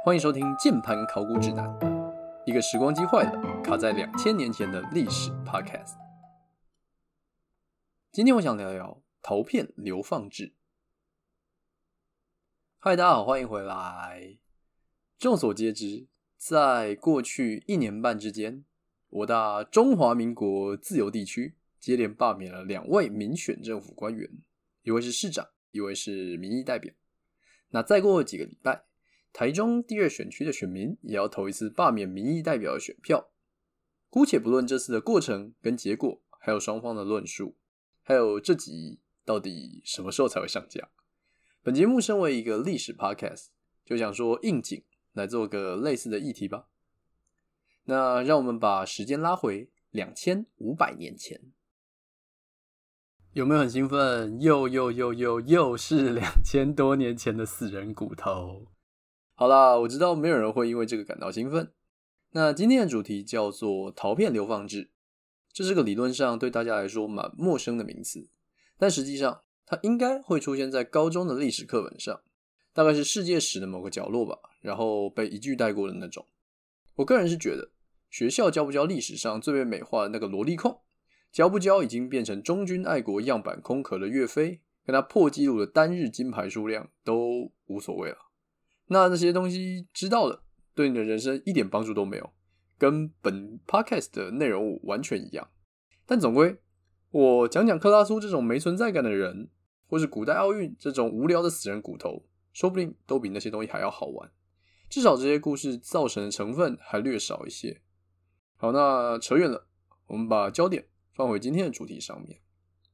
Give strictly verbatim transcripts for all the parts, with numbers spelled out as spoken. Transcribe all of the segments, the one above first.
欢迎收听键盘考古指南，一个时光机坏了卡在两千年前的历史 podcast。 今天我想聊聊陶片流放制。嗨，大家好，欢迎回来。众所皆知，在过去一年半之间，我大中华民国自由地区接连罢免了两位民选政府官员，一位是市长，一位是民意代表。那再过几个礼拜，台中第二选区的选民也要投一次罢免民意代表的选票。姑且不论这次的过程跟结果，还有双方的论述，还有这集到底什么时候才会上架。本节目身为一个历史 podcast， 就想说应景来做个类似的议题吧。那让我们把时间拉回两千五百年前。有没有很兴奋？又又又又又是两千多年前的死人骨头。好啦，我知道没有人会因为这个感到兴奋。那今天的主题叫做陶片流放制，这是个理论上对大家来说蛮陌生的名词，但实际上它应该会出现在高中的历史课本上，大概是世界史的某个角落吧，然后被一句带过的那种。我个人是觉得，学校教不教历史上最被美化的那个萝莉控，教不教已经变成中军爱国样板空壳的岳飞，跟他破纪录的单日金牌数量都无所谓了。那这些东西知道了，对你的人生一点帮助都没有，跟本 podcast 的内容物完全一样。但总归，我讲讲克拉苏这种没存在感的人，或是古代奥运这种无聊的死人骨头，说不定都比那些东西还要好玩。至少这些故事造成的成分还略少一些。好，那扯远了，我们把焦点放回今天的主题上面。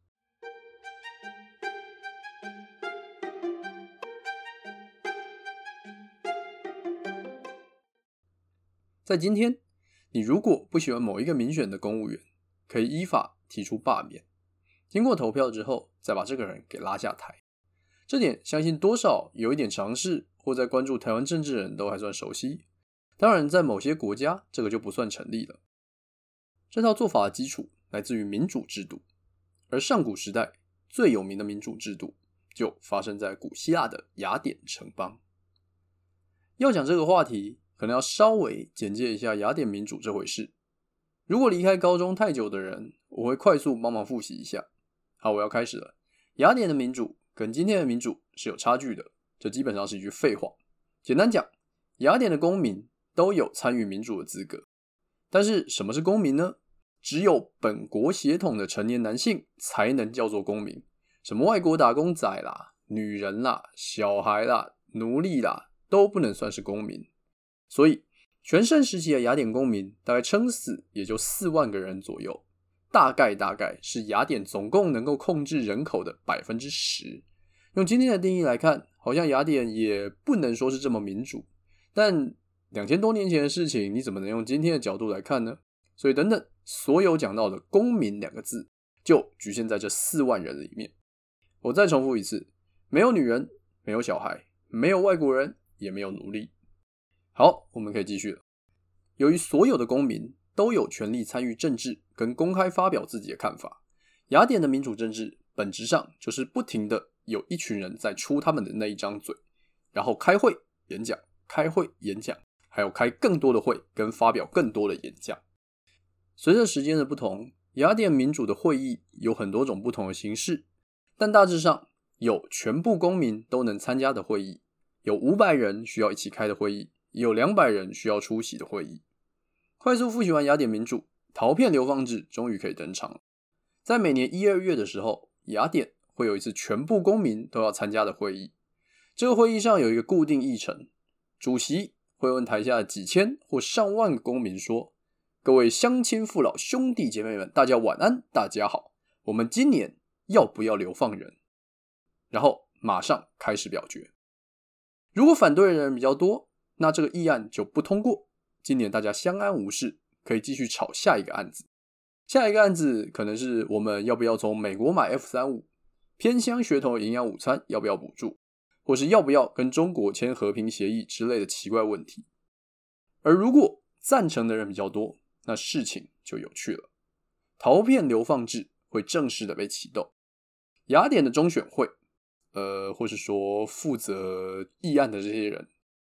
在今天，你如果不喜欢某一个民选的公务员，可以依法提出罢免，经过投票之后再把这个人给拉下台。这点相信多少有一点常识或在关注台湾政治的人都还算熟悉。当然在某些国家这个就不算成立了。这套做法的基础来自于民主制度，而上古时代最有名的民主制度就发生在古希腊的雅典城邦。要讲这个话题，可能要稍微简介一下雅典民主这回事。如果离开高中太久的人，我会快速帮忙复习一下。好，我要开始了。雅典的民主跟今天的民主是有差距的，这基本上是一句废话。简单讲，雅典的公民都有参与民主的资格。但是什么是公民呢？只有本国血统的成年男性才能叫做公民。什么外国打工仔啦、女人啦、小孩啦、奴隶啦，都不能算是公民。所以全盛时期的雅典公民大概撑死也就四万个人左右，大概大概是雅典总共能够控制人口的 百分之十。 用今天的定义来看，好像雅典也不能说是这么民主，但两千多年前的事情你怎么能用今天的角度来看呢？所以等等，所有讲到的公民两个字就局限在这四万人里面。我再重复一次，没有女人，没有小孩，没有外国人，也没有奴隶。好，我们可以继续了。由于所有的公民都有权利参与政治跟公开发表自己的看法，雅典的民主政治本质上就是不停的有一群人在出他们的那一张嘴，然后开会演讲，开会演讲，还有开更多的会跟发表更多的演讲。随着时间的不同，雅典民主的会议有很多种不同的形式，但大致上有全部公民都能参加的会议，有五百人需要一起开的会议，也有两百人需要出席的会议。快速复习完雅典民主，陶片流放制终于可以登场了。在每年一二月的时候，雅典会有一次全部公民都要参加的会议。这个会议上有一个固定议程，主席会问台下的几千或上万个公民说：各位乡亲父老兄弟姐妹们，大家晚安，大家好，我们今年要不要流放人？然后马上开始表决。如果反对的人比较多，那这个议案就不通过。今年大家相安无事，可以继续吵下一个案子。下一个案子可能是我们要不要从美国买 F 三十五， 偏乡学童的营养午餐要不要补助，或是要不要跟中国签和平协议之类的奇怪问题。而如果赞成的人比较多，那事情就有趣了。陶片流放制会正式的被启动。雅典的中选会，呃，或是说负责议案的这些人，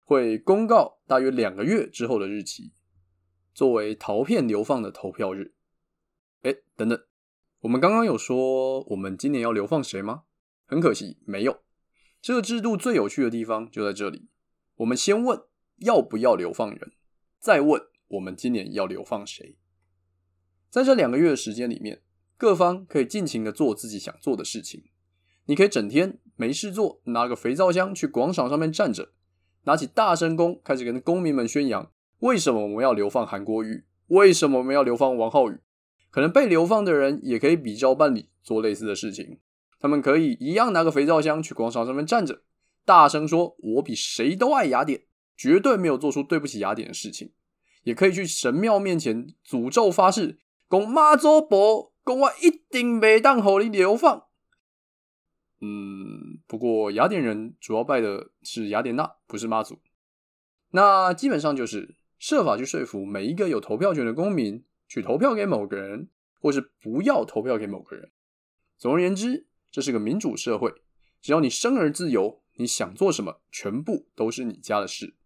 会公告大约两个月之后的日期，作为陶片流放的投票日。诶，等等，我们刚刚有说我们今年要流放谁吗？很可惜，没有。这个制度最有趣的地方就在这里。我们先问要不要流放人，再问我们今年要流放谁。在这两个月的时间里面，各方可以尽情的做自己想做的事情。你可以整天没事做，拿个肥皂箱去广场上面站着，拿起大声公开始跟公民们宣扬为什么我们要流放韩国瑜，为什么我们要流放王浩宇。可能被流放的人也可以比照办理，做类似的事情。他们可以一样拿个肥皂箱去广场上面站着，大声说我比谁都爱雅典，绝对没有做出对不起雅典的事情。也可以去神庙面前诅咒发誓，说妈祖婆说我一定不当让你流放。嗯，不过雅典人主要拜的是雅典娜，不是妈祖。那基本上就是设法去说服每一个有投票权的公民去投票给某个人，或是不要投票给某个人。总而言之，这是个民主社会，只要你生而自由，你想做什么全部都是你家的事。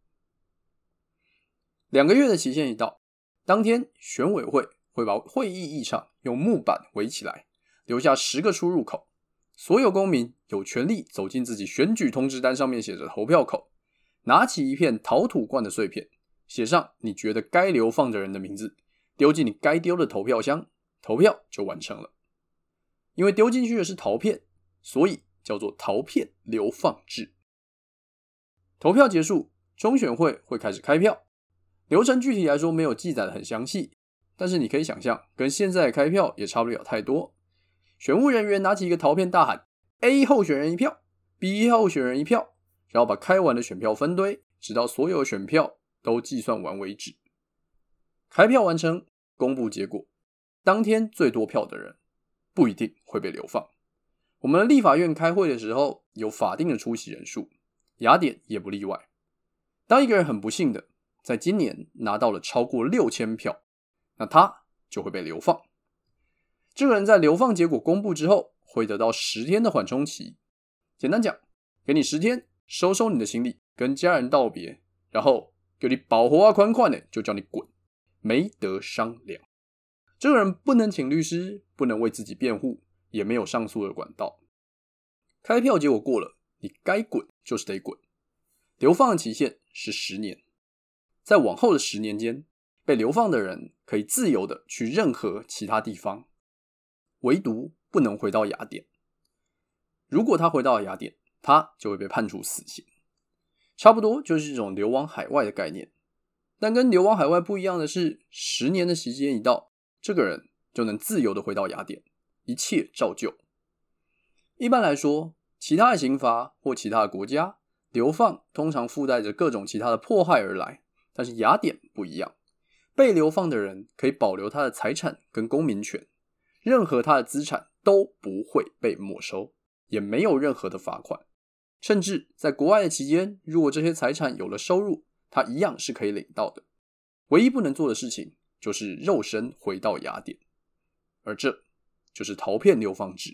两个月的期限一到，当天选委会会把会议议场用木板围起来，留下十个出入口。所有公民有权利走进自己选举通知单上面写着投票口，拿起一片陶土罐的碎片，写上你觉得该流放的人的名字，丢进你该丢的投票箱，投票就完成了。因为丢进去的是陶片，所以叫做陶片流放制。投票结束，中选会会开始开票，流程具体来说没有记载的很详细，但是你可以想象跟现在的开票也差不了太多。选务人员拿起一个陶片大喊 A 候选人一票， B 候选人一票，然后把开完的选票分堆，直到所有选票都计算完为止。开票完成，公布结果，当天最多票的人不一定会被流放。我们的立法院开会的时候有法定的出席人数，雅典也不例外。当一个人很不幸的在今年拿到了超过六千票，那他就会被流放。这个人在流放结果公布之后会得到十天的缓冲期。简单讲，给你十天收收你的行李，跟家人道别，然后给你保活啊宽宽的就叫你滚，没得商量。这个人不能请律师，不能为自己辩护，也没有上诉的管道。开票结果过了，你该滚就是得滚。流放的期限是十年，在往后的十年间，被流放的人可以自由的去任何其他地方，唯独不能回到雅典。如果他回到雅典，他就会被判处死刑。差不多就是这种流亡海外的概念。但跟流亡海外不一样的是，十年的时间一到，这个人就能自由的回到雅典，一切照旧。一般来说，其他的刑罚或其他的国家流放通常附带着各种其他的迫害而来，但是雅典不一样，被流放的人可以保留他的财产跟公民权，任何他的资产都不会被没收，也没有任何的罚款，甚至在国外的期间，如果这些财产有了收入，他一样是可以领到的。唯一不能做的事情就是肉身回到雅典，而这就是陶片流放制。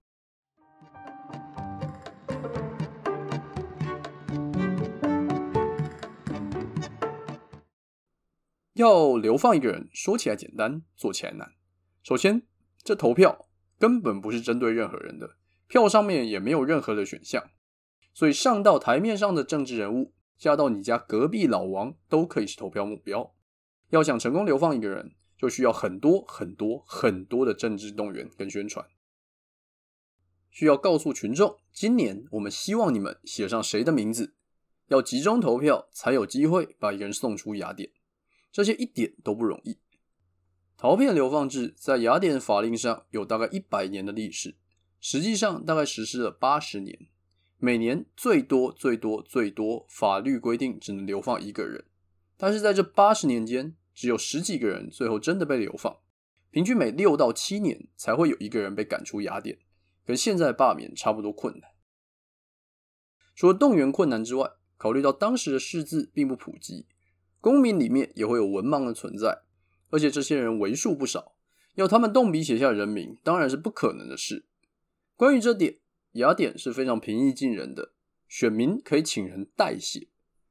要流放一个人，说起来简单，做起来难。首先，这投票根本不是针对任何人的，票上面也没有任何的选项，所以上到台面上的政治人物，下到你家隔壁老王，都可以是投票目标。要想成功流放一个人，就需要很多很多很多的政治动员跟宣传。需要告诉群众，今年我们希望你们写上谁的名字，要集中投票才有机会把一个人送出雅典。这些一点都不容易。陶片流放制在雅典法令上有大概一百年的历史，实际上大概实施了八十年，每年最多最多最多法律规定只能流放一个人，但是在这八十年间，只有十几个人最后真的被流放，平均每六到七年才会有一个人被赶出雅典，跟现在罢免差不多困难。除了动员困难之外，考虑到当时的识字并不普及，公民里面也会有文盲的存在，而且这些人为数不少，要他们动笔写下人名当然是不可能的事。关于这点，雅典是非常平易近人的，选民可以请人代写。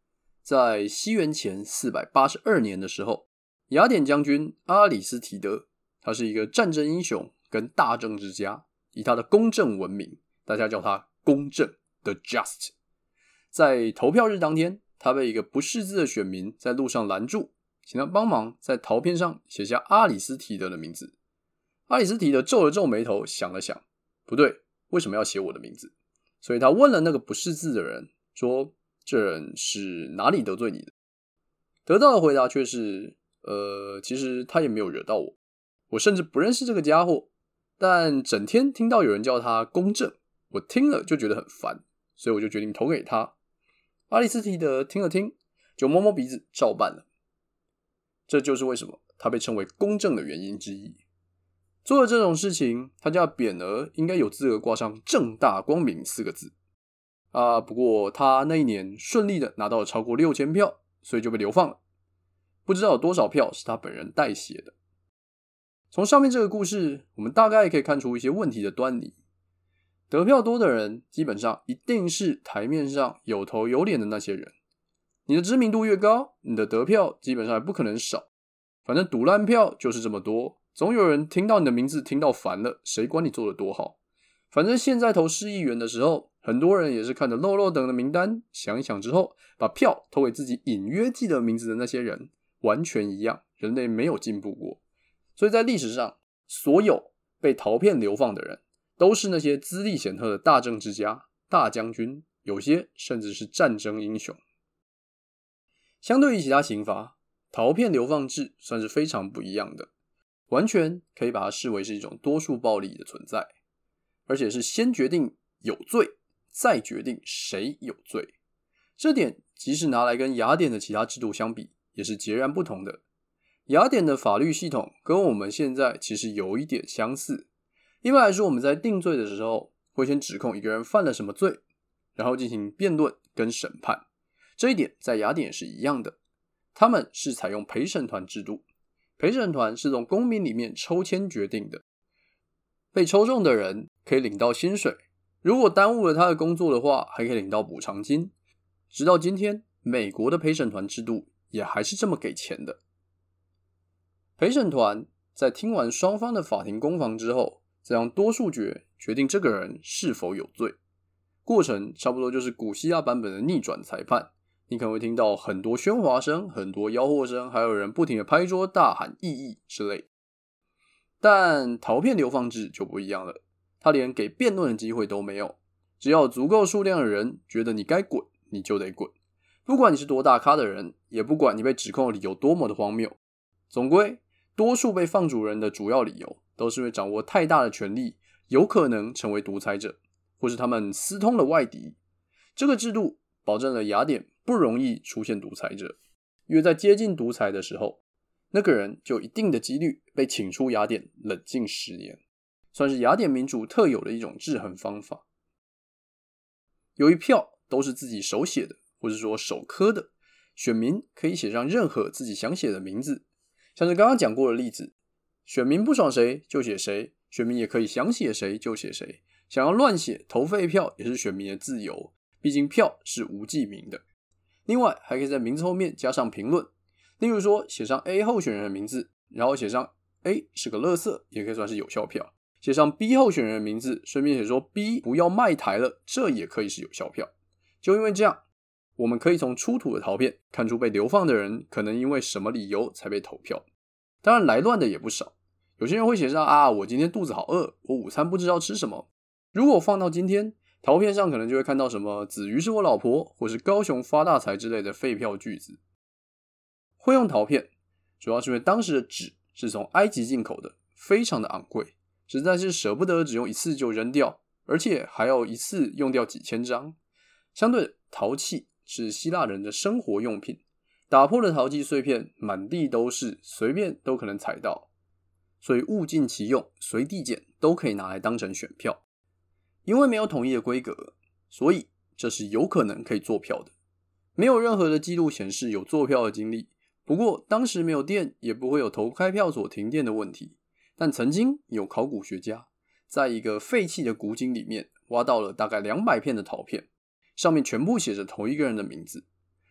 在西元前四百八十二年的时候，雅典将军阿里斯提德，他是一个战争英雄跟大政治家，以他的公正闻名，大家叫他公正 The Just。 在投票日当天，他被一个不识字的选民在路上拦住，请他帮忙在陶片上写下阿里斯提德的名字。阿里斯提德皱了皱眉头，想了想，不对，为什么要写我的名字？所以他问了那个不识字的人说，这人是哪里得罪你的？得到的回答却是呃，其实他也没有惹到我，我甚至不认识这个家伙，但整天听到有人叫他公正，我听了就觉得很烦，所以我就决定投给他。阿里斯提德听了听，就摸摸鼻子照办了。这就是为什么他被称为公正的原因之一。做了这种事情，他家的匾额应该有资格挂上正大光明四个字啊。不过他那一年顺利的拿到了超过六千票，所以就被流放了。不知道有多少票是他本人代写的。从上面这个故事，我们大概可以看出一些问题的端倪。得票多的人基本上一定是台面上有头有脸的那些人，你的知名度越高，你的得票基本上也不可能少。反正赌烂票就是这么多，总有人听到你的名字听到烦了，谁管你做得多好。反正现在投市议员的时候，很多人也是看着漏漏等的名单，想一想之后把票投给自己隐约记得名字的那些人，完全一样，人类没有进步过。所以在历史上，所有被陶片流放的人都是那些资历显赫的大政治家、大将军，有些甚至是战争英雄。相对于其他刑罚，陶片流放制算是非常不一样的，完全可以把它视为是一种多数暴力的存在，而且是先决定有罪，再决定谁有罪。这点即使拿来跟雅典的其他制度相比，也是截然不同的。雅典的法律系统跟我们现在其实有一点相似。一般来说，我们在定罪的时候，会先指控一个人犯了什么罪，然后进行辩论跟审判。这一点在雅典也是一样的，他们是采用陪审团制度。陪审团是从公民里面抽签决定的，被抽中的人可以领到薪水，如果耽误了他的工作的话，还可以领到补偿金。直到今天，美国的陪审团制度也还是这么给钱的。陪审团在听完双方的法庭攻防之后，再用多数决决定这个人是否有罪。过程差不多就是古希腊版本的逆转裁判，你可能会听到很多喧哗声，很多吆喝声，还有人不停的拍桌大喊异议之类。但陶片流放制就不一样了，他连给辩论的机会都没有，只要有足够数量的人觉得你该滚，你就得滚，不管你是多大咖的人，也不管你被指控的理由多么的荒谬。总归多数被放逐人的主要理由都是因为掌握太大的权力，有可能成为独裁者，或是他们私通了外敌。这个制度保证了雅典不容易出现独裁者，因为在接近独裁的时候，那个人就有一定的几率被请出雅典冷静十年，算是雅典民主特有的一种制衡方法。由于票都是自己手写的，或是说手刻的，选民可以写上任何自己想写的名字，像是刚刚讲过的例子，选民不爽谁就写谁，选民也可以想写谁就写谁，想要乱写投废票也是选民的自由，毕竟票是无记名的。另外还可以在名字后面加上评论，例如说写上 A 候选人的名字，然后写上 A 是个垃圾，也可以算是有效票。写上 B 候选人的名字，顺便写说 B 不要卖台了，这也可以是有效票。就因为这样，我们可以从出土的陶片看出被流放的人可能因为什么理由才被投票。当然来乱的也不少，有些人会写上啊，我今天肚子好饿，我午餐不知道吃什么。如果放到今天，陶片上可能就会看到什么子瑜是我老婆，或是高雄发大财之类的废票句子。会用陶片主要是因为当时的纸是从埃及进口的，非常的昂贵，实在是舍不得只用一次就扔掉，而且还要一次用掉几千张。相对的，陶器是希腊人的生活用品，打破的陶器碎片满地都是，随便都可能踩到，所以物尽其用，随地捡都可以拿来当成选票。因为没有统一的规格，所以这是有可能可以做票的。没有任何的记录显示有做票的经历，不过当时没有电，也不会有投开票所停电的问题。但曾经有考古学家在一个废弃的古井里面挖到了大概两百片的陶片，上面全部写着同一个人的名字。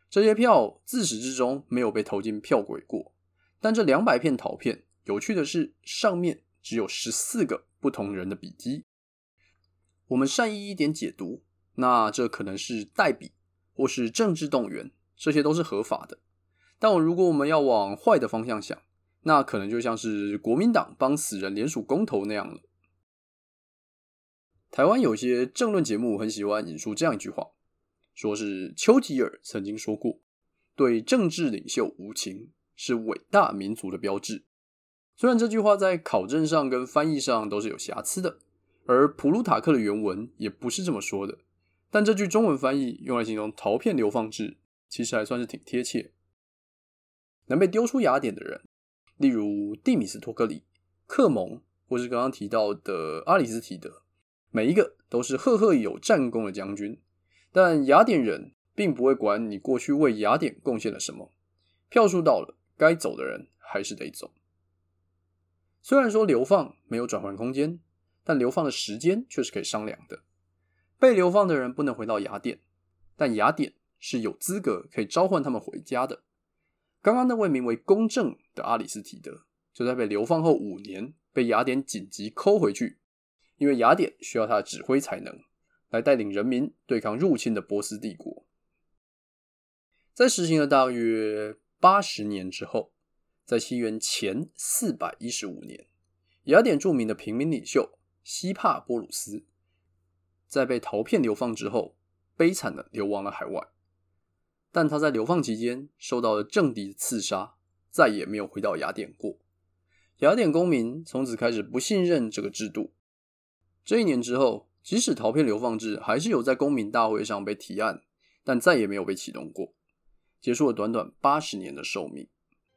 这些票自始至终没有被投进票轨过，但这两百片陶片，有趣的是，上面只有十四个不同人的笔迹。我们善意一点解读，那这可能是代笔或是政治动员，这些都是合法的。但如果我们要往坏的方向想，那可能就像是国民党帮死人联署公投那样了。台湾有些政论节目很喜欢引述这样一句话，说是丘吉尔曾经说过，对政治领袖无情是伟大民族的标志。虽然这句话在考证上跟翻译上都是有瑕疵的，而普鲁塔克的原文也不是这么说的，但这句中文翻译用来形容陶片流放制，其实还算是挺贴切。能被丢出雅典的人，例如蒂米斯托克里、克蒙，或是刚刚提到的阿里斯提德，每一个都是赫赫有战功的将军，但雅典人并不会管你过去为雅典贡献了什么，票数到了，该走的人还是得走。虽然说流放没有转换空间，但流放的时间却是可以商量的。被流放的人不能回到雅典，但雅典是有资格可以召唤他们回家的。刚刚那位名为公正的阿里斯提德，就在被流放后五年被雅典紧急扣回去，因为雅典需要他的指挥才能来带领人民对抗入侵的波斯帝国。在实行了大约八十年之后，在西元前四百一十五年，雅典著名的平民领袖希帕波鲁斯在被陶片流放之后，悲惨的流亡了海外。但他在流放期间受到了政敌的刺杀，再也没有回到雅典过。雅典公民从此开始不信任这个制度。这一年之后，即使陶片流放制还是有在公民大会上被提案，但再也没有被启动过，结束了短短八十年的寿命。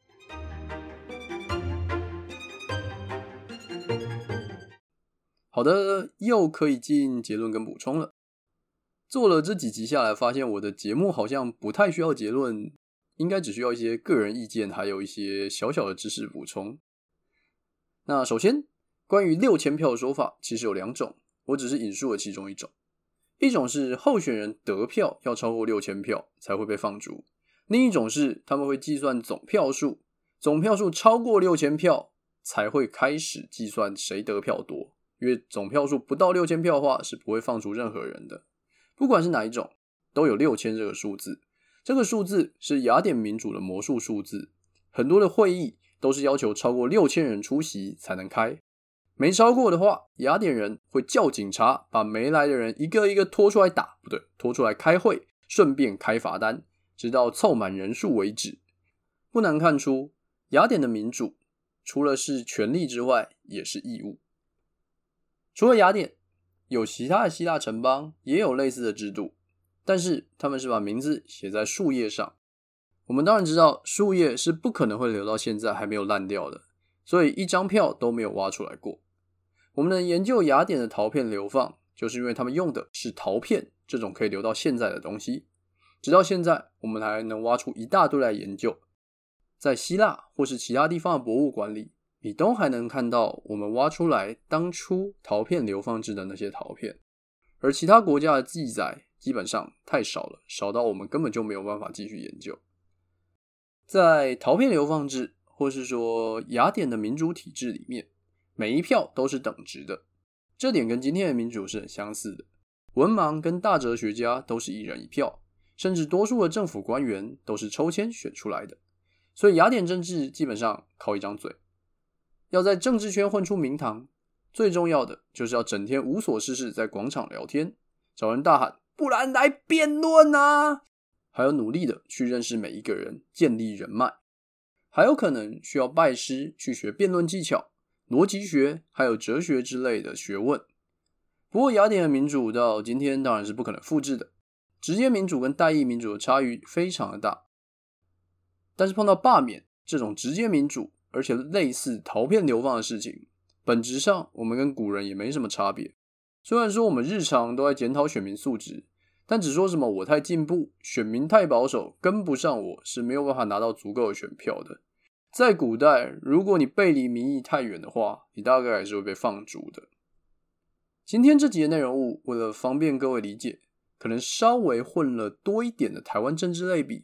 好的，又可以进结论跟补充了。做了这几集下来，发现我的节目好像不太需要结论，应该只需要一些个人意见，还有一些小小的知识补充。那首先，关于六千票的说法，其实有两种，我只是引述了其中一种。一种是候选人得票要超过六千票才会被放逐，另一种是他们会计算总票数，总票数超过六千票才会开始计算谁得票多，因为总票数不到六千票的话是不会放逐任何人的。不管是哪一种，都有六千这个数字。这个数字是雅典民主的魔术数字，很多的会议都是要求超过六千人出席才能开。没超过的话，雅典人会叫警察把没来的人一个一个拖出来打，不对，拖出来开会，顺便开罚单，直到凑满人数为止。不难看出，雅典的民主除了是权利之外，也是义务。除了雅典，有其他的希腊城邦也有类似的制度，但是他们是把名字写在树叶上。我们当然知道树叶是不可能会留到现在还没有烂掉的，所以一张票都没有挖出来过。我们能研究雅典的陶片流放，就是因为他们用的是陶片这种可以留到现在的东西。直到现在，我们还能挖出一大堆来研究。在希腊或是其他地方的博物馆里，你都还能看到我们挖出来当初陶片流放制的那些陶片，而其他国家的记载基本上太少了，少到我们根本就没有办法继续研究。在陶片流放制或是说雅典的民主体制里面，每一票都是等值的，这点跟今天的民主是很相似的。文盲跟大哲学家都是一人一票，甚至多数的政府官员都是抽签选出来的，所以雅典政治基本上靠一张嘴。要在政治圈混出名堂，最重要的就是要整天无所事事在广场聊天，找人大喊不然来辩论啊，还有努力的去认识每一个人，建立人脉，还有可能需要拜师去学辩论技巧、逻辑学还有哲学之类的学问。不过雅典的民主到今天当然是不可能复制的，直接民主跟代议民主的差异非常的大。但是碰到罢免这种直接民主而且类似陶片流放的事情，本质上我们跟古人也没什么差别。虽然说我们日常都在检讨选民素质，但只说什么我太进步，选民太保守，跟不上我，是没有办法拿到足够的选票的。在古代，如果你背离民意太远的话，你大概还是会被放逐的。今天这集的内容物，为了方便各位理解，可能稍微混了多一点的台湾政治类比，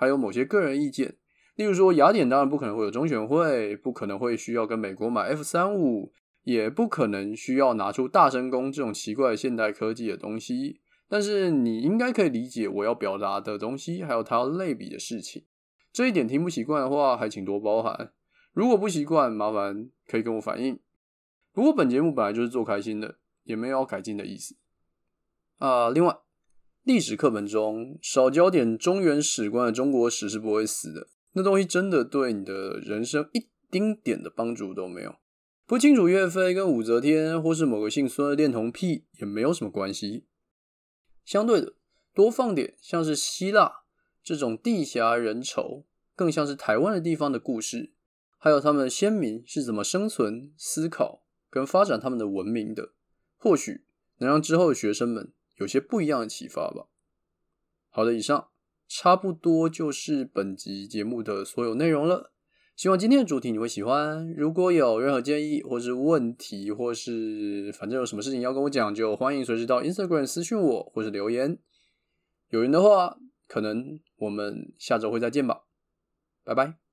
还有某些个人意见。例如说，雅典当然不可能会有中选会，不可能会需要跟美国买 F 三十五， 也不可能需要拿出大神功这种奇怪的现代科技的东西。但是你应该可以理解我要表达的东西，还有它要类比的事情。这一点听不习惯的话，还请多包涵。如果不习惯，麻烦可以跟我反映。不过本节目本来就是做开心的，也没有要改进的意思。啊、呃，另外，历史课本中少教点中原史观的中国史是不会死的。那东西真的对你的人生一丁点的帮助都没有。不清楚岳飞跟武则天或是某个姓孙的恋童癖也没有什么关系。相对的，多放点像是希腊这种地狭人稠，更像是台湾的地方的故事，还有他们的先民是怎么生存、思考跟发展他们的文明的，或许能让之后的学生们有些不一样的启发吧。好的，以上差不多就是本集节目的所有内容了。希望今天的主题你会喜欢。如果有任何建议或是问题，或是反正有什么事情要跟我讲，就欢迎随时到 Instagram 私讯我或是留言。有缘的话，可能我们下周会再见吧。拜拜。